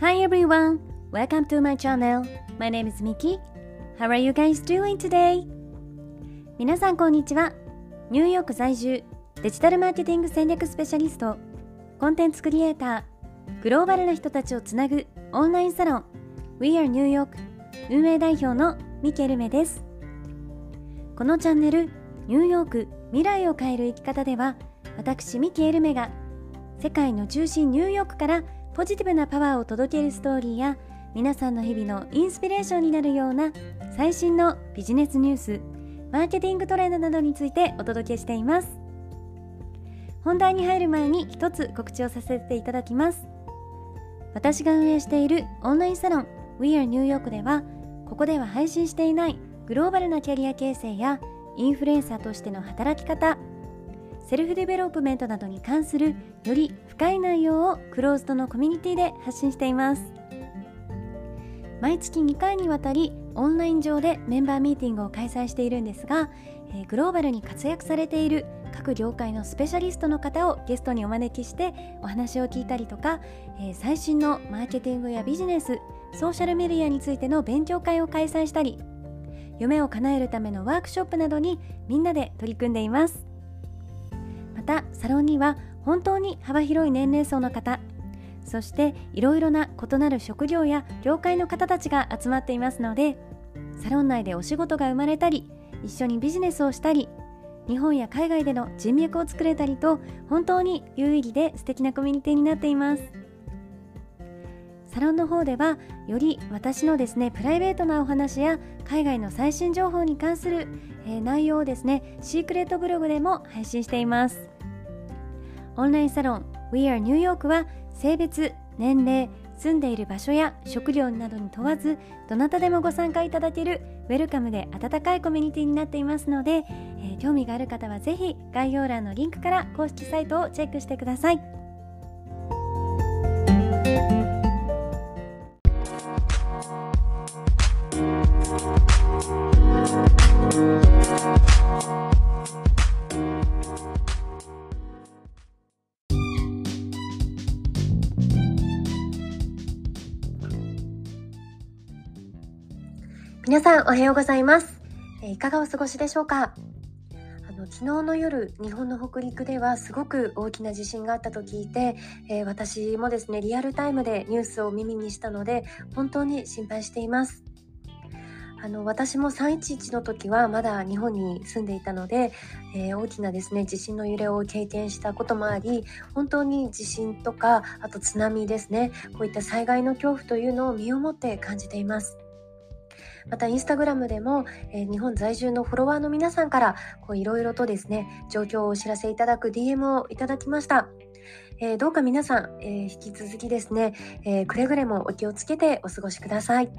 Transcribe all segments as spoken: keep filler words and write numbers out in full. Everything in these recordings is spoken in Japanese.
Hi everyone, welcome to my channel. My name is Miki. How are you guys doing today? 皆さんこんにちは。ニューヨーク在住デジタルマーケティング戦略スペシャリスト、コンテンツクリエイター、グローバルな人たちをつなぐオンラインサロン We are New York 運営代表のミキエルメです。このチャンネルニューヨーク未来を変える生き方では、私ミキエルメが世界の中心ニューヨークからポジティブなパワーを届けるストーリーや、皆さんの日々のインスピレーションになるような最新のビジネスニュース、マーケティングトレンドなどについてお届けしています。本題に入る前に一つ告知をさせていただきます。私が運営しているオンラインサロン We are New York では、ここでは配信していないグローバルなキャリア形成やインフルエンサーとしての働き方、セルフデベロップメントなどに関するより深い内容をクローズドのコミュニティで発信しています。毎月にかいにわたりオンライン上でメンバーミーティングを開催しているんですが、えー、グローバルに活躍されている各業界のスペシャリストの方をゲストにお招きしてお話を聞いたりとか、えー、最新のマーケティングやビジネス、ソーシャルメディアについての勉強会を開催したり、夢を叶えるためのワークショップなどにみんなで取り組んでいます。またサロンには本当に幅広い年齢層の方、そしていろいろな異なる職業や業界の方たちが集まっていますので、サロン内でお仕事が生まれたり、一緒にビジネスをしたり、日本や海外での人脈を作れたりと、本当に有意義で素敵なコミュニティになっています。サロンの方ではより私のですねプライベートなお話や海外の最新情報に関する、えー、内容をですねシークレットブログでも配信しています。オンラインサロン We are New York は性別、年齢、住んでいる場所や職業などに問わず、どなたでもご参加いただけるウェルカムで温かいコミュニティになっていますので、えー、興味がある方はぜひ概要欄のリンクから公式サイトをチェックしてください。 皆さんおはようございます。えー、いかがお過ごしでしょうか。あの昨日の夜、日本の北陸ではすごく大きな地震があったと聞いて、えー、私もですねリアルタイムでニュースを耳にしたので本当に心配しています。あの私もさんいちいちの時はまだ日本に住んでいたので、えー、大きなですね地震の揺れを経験したこともあり、本当に地震とかあと津波ですね、こういった災害の恐怖というのを身をもって感じています。またインスタグラムでも、えー、日本在住のフォロワーの皆さんからいろいろとですね状況をお知らせいただく ディーエム をいただきました。えー、どうか皆さん、えー、引き続きですね、えー、くれぐれもお気をつけてお過ごしください。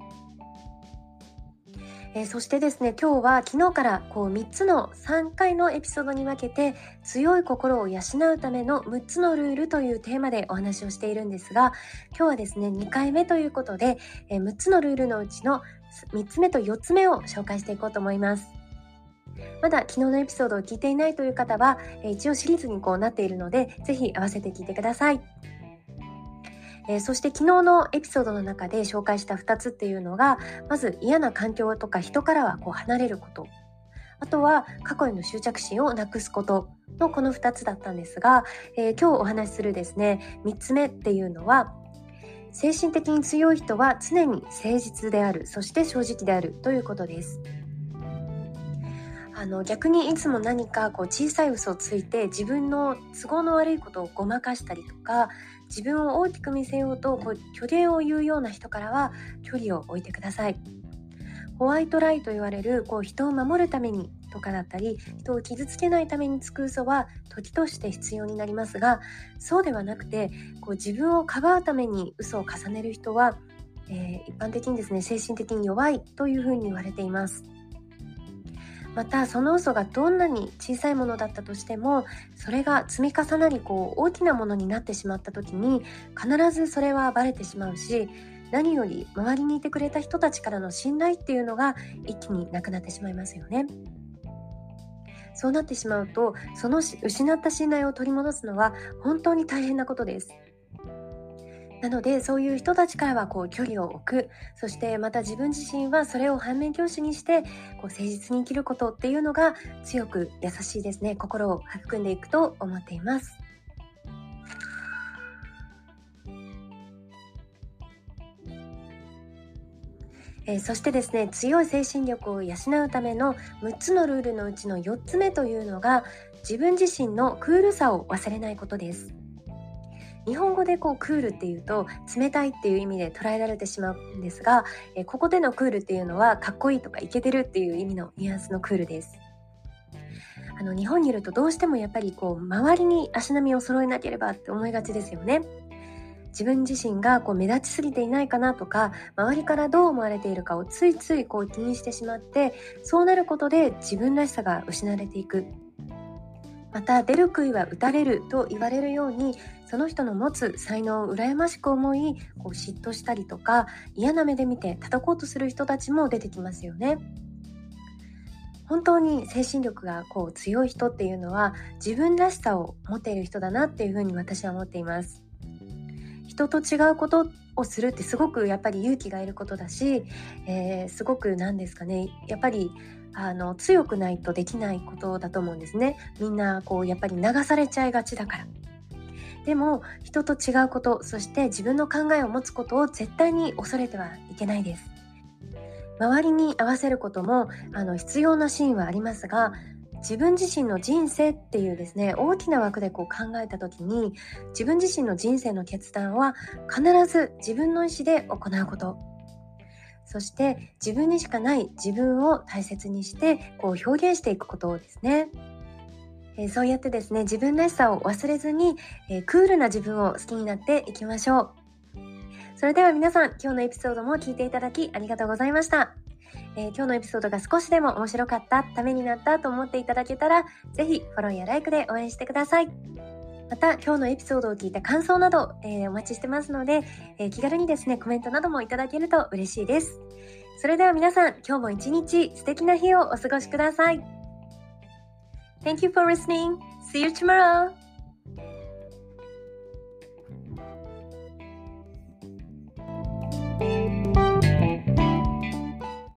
えー、そしてですね今日は昨日からこうみっつのさんかいのエピソードに分けて、強い心を養うためのむっつのルールというテーマでお話をしているんですが、今日はですねにかいめということで、えー、むっつのルールのうちのみっつめとよっつめを紹介していこうと思います。まだ昨日のエピソードを聞いていないという方は、えー、一応シリーズにこうなっているので、ぜひ合わせて聞いてください。えー、そして昨日のエピソードの中で紹介したふたつっていうのが、まず嫌な環境とか人からはこう離れること、あとは過去への執着心をなくすことのこのふたつだったんですが、えー、今日お話しするですねみっつめっていうのは、精神的に強い人は常に誠実である、そして正直であるということです。あの逆にいつも何かこう小さい嘘をついて自分の都合の悪いことをごまかしたりとか、自分を大きく見せようとこう虚言を言うような人からは距離を置いてください。ホワイトライと言われるこう人を守るためにとかだったり、人を傷つけないためにつく嘘は時として必要になりますが、そうではなくてこう自分をかばうために嘘を重ねる人は、えー、一般的にですね精神的に弱いというふうに言われています。またその嘘がどんなに小さいものだったとしても、それが積み重なりこう大きなものになってしまった時に必ずそれはバレてしまうし、何より周りにいてくれた人たちからの信頼っていうのが一気になくなってしまいますよね。そうなってしまうと、その失った信頼を取り戻すのは本当に大変なことです。 なのでそういう人たちからはこう距離を置く、そしてまた自分自身はそれを反面教師にしてこう誠実に生きることっていうのが強く優しいですね、心を育んでいくと思っています。えーそしてですね、強い精神力を養うためのむっつのルールのうちのよっつめというのが、自分自身のクールさを忘れないことです。日本語でこうクールっていうと冷たいっていう意味で捉えられてしまうんですが、えーここでのクールっていうのはかっこいいとかイケてるっていう意味のニュアンスのクールです。あの日本にいるとどうしてもやっぱりこう周りに足並みを揃えなければって思いがちですよね。自分自身がこう目立ちすぎていないかなとか、周りからどう思われているかをついついこう気にしてしまって、そうなることで自分らしさが失われていく。また出る杭は打たれると言われるように、その人の持つ才能を羨ましく思いこう嫉妬したりとか、嫌な目で見て叩こうとする人たちも出てきますよね。本当に精神力がこう強い人っていうのは自分らしさを持っている人だなっていうふうに私は思っています。人と違うことをするってすごくやっぱり勇気がいることだし、えーすごくなんですかね、やっぱりあの強くないとできないことだと思うんですね。みんなこうやっぱり流されちゃいがちだから。でも人と違うこと、そして自分の考えを持つことを絶対に恐れてはいけないです。周りに合わせることもあの必要なシーンはありますが、自分自身の人生っていうですね、大きな枠でこう考えた時に、自分自身の人生の決断は必ず自分の意思で行うこと、そして自分にしかない自分を大切にしてこう表現していくことですね。えーそうやってですね、自分らしさを忘れずに、えークールな自分を好きになっていきましょう。それでは皆さん、今日のエピソードも聞いていただきありがとうございました。えー今日のエピソードが少しでも面白かった、ためになったと思っていただけたら、ぜひフォローやライクで応援してください。また今日のエピソードを聞いた感想など、えーお待ちしてますので、えー気軽にですねコメントなどもいただけると嬉しいです。それでは皆さん、今日も一日素敵な日をお過ごしください。Thank you for listening. See you tomorrow.